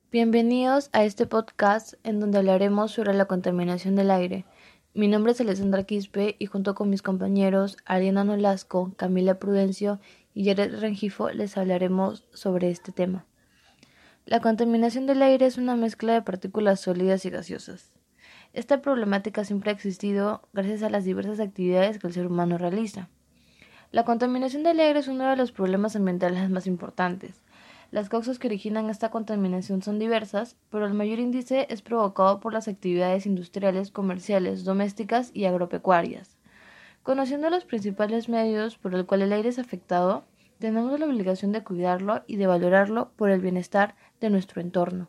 Bienvenidos a este podcast en donde hablaremos sobre la contaminación del aire. Mi nombre es Alessandra Quispe y junto con mis compañeros Ariana Nolasco, Camila Prudencio y Jared Rengifo les hablaremos sobre este tema. La contaminación del aire es una mezcla de partículas sólidas y gaseosas. Esta problemática siempre ha existido gracias a las diversas actividades que el ser humano realiza. La contaminación del aire es uno de los problemas ambientales más importantes. Las causas que originan esta contaminación son diversas, pero el mayor índice es provocado por las actividades industriales, comerciales, domésticas y agropecuarias. Conociendo los principales medios por el cual el aire es afectado, tenemos la obligación de cuidarlo y de valorarlo por el bienestar de nuestro entorno.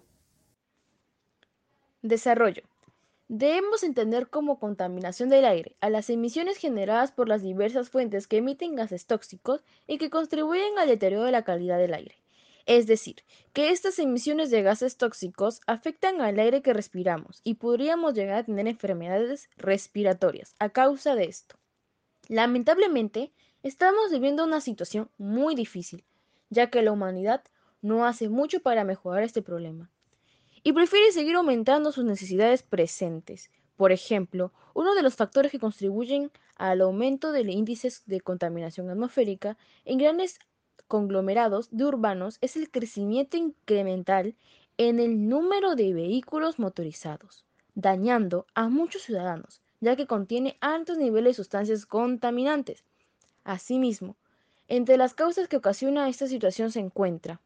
Desarrollo. Debemos entender como contaminación del aire a las emisiones generadas por las diversas fuentes que emiten gases tóxicos y que contribuyen al deterioro de la calidad del aire. Es decir, que estas emisiones de gases tóxicos afectan al aire que respiramos y podríamos llegar a tener enfermedades respiratorias a causa de esto. Lamentablemente, estamos viviendo una situación muy difícil, ya que la humanidad no hace mucho para mejorar este problema y prefiere seguir aumentando sus necesidades presentes. Por ejemplo, uno de los factores que contribuyen al aumento del índice de contaminación atmosférica en grandes conglomerados de urbanos es el crecimiento incremental en el número de vehículos motorizados, dañando a muchos ciudadanos, ya que contiene altos niveles de sustancias contaminantes. Asimismo, entre las causas que ocasiona esta situación se encuentra: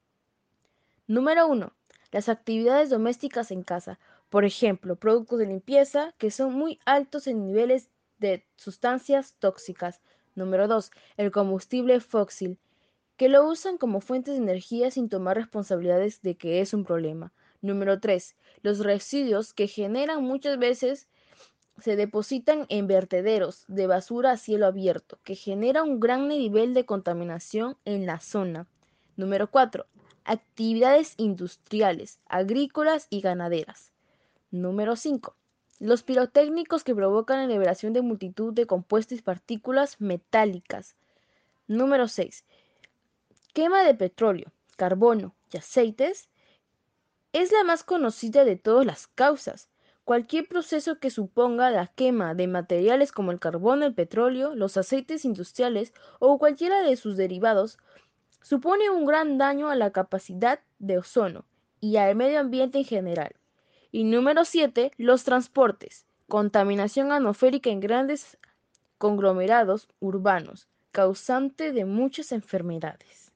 número uno, las actividades domésticas en casa, por ejemplo, productos de limpieza que son muy altos en niveles de sustancias tóxicas. Número 2, el combustible fósil, que lo usan como fuentes de energía sin tomar responsabilidades de que es un problema. Número 3, los residuos que generan muchas veces se depositan en vertederos de basura a cielo abierto, que genera un gran nivel de contaminación en la zona. Número 4. Actividades industriales, agrícolas y ganaderas. Número 5. Los pirotécnicos que provocan la liberación de multitud de compuestos y partículas metálicas. Número 6. Quema de petróleo, carbono y aceites es la más conocida de todas las causas. Cualquier proceso que suponga la quema de materiales como el carbón, el petróleo, los aceites industriales o cualquiera de sus derivados supone un gran daño a la capacidad de ozono y al medio ambiente en general. Y número 7, los transportes. Contaminación atmosférica en grandes conglomerados urbanos, causante de muchas enfermedades.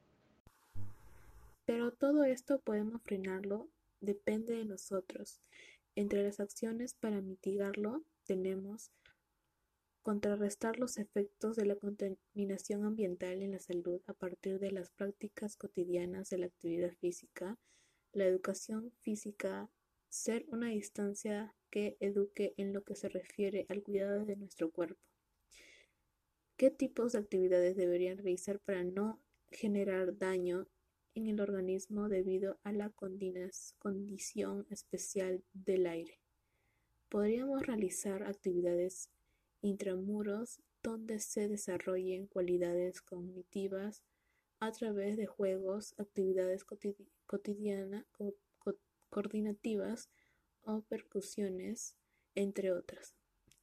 Pero todo esto podemos frenarlo, depende de nosotros. Entre las acciones para mitigarlo tenemos contrarrestar los efectos de la contaminación ambiental en la salud a partir de las prácticas cotidianas de la actividad física, la educación física, ser una distancia que eduque en lo que se refiere al cuidado de nuestro cuerpo. ¿Qué tipos de actividades deberían realizar para no generar daño en el organismo debido a la condición especial del aire? Podríamos realizar actividades intramuros donde se desarrollen cualidades cognitivas a través de juegos, actividades cotidianas, coordinativas o percusiones, entre otras.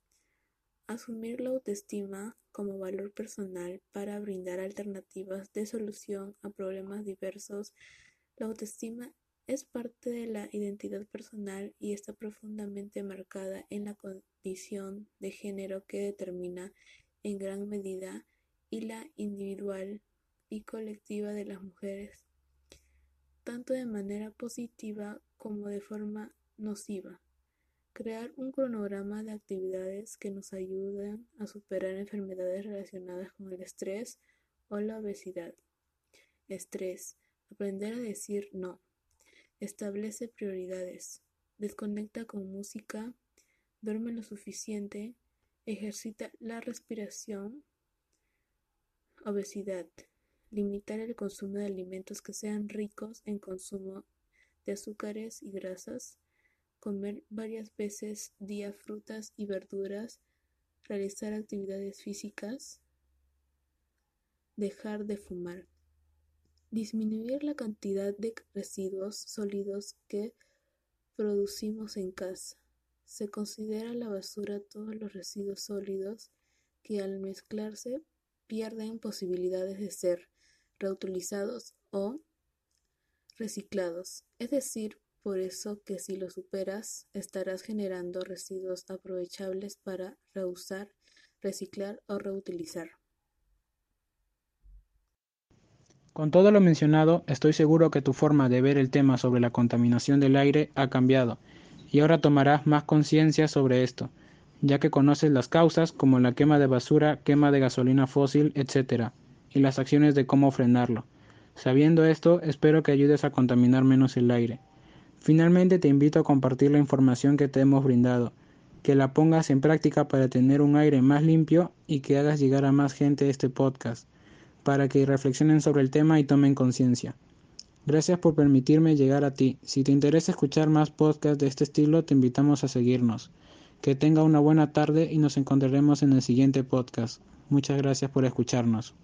Asumir la autoestima como valor personal para brindar alternativas de solución a problemas diversos. La autoestima es parte de la identidad personal y está profundamente marcada en la condición de género que determina en gran medida y la individual y colectiva de las mujeres, tanto de manera positiva como de forma nociva. Crear un cronograma de actividades que nos ayuden a superar enfermedades relacionadas con el estrés o la obesidad. Estrés. Aprender a decir no. Establece prioridades. Desconecta con música. Duerme lo suficiente. Ejercita la respiración. Obesidad. Limitar el consumo de alimentos que sean ricos en consumo de azúcares y grasas. Comer varias veces día frutas y verduras, realizar actividades físicas, dejar de fumar. Disminuir la cantidad de residuos sólidos que producimos en casa. Se considera la basura todos los residuos sólidos que al mezclarse pierden posibilidades de ser reutilizados o reciclados. Es decir, por eso que si lo superas, estarás generando residuos aprovechables para reusar, reciclar o reutilizar. Con todo lo mencionado, estoy seguro que tu forma de ver el tema sobre la contaminación del aire ha cambiado, y ahora tomarás más conciencia sobre esto, ya que conoces las causas como la quema de basura, quema de gasolina fósil, etc., y las acciones de cómo frenarlo. Sabiendo esto, espero que ayudes a contaminar menos el aire. Finalmente te invito a compartir la información que te hemos brindado, que la pongas en práctica para tener un aire más limpio y que hagas llegar a más gente este podcast, para que reflexionen sobre el tema y tomen conciencia. Gracias por permitirme llegar a ti. Si te interesa escuchar más podcasts de este estilo, te invitamos a seguirnos. Que tenga una buena tarde y nos encontraremos en el siguiente podcast. Muchas gracias por escucharnos.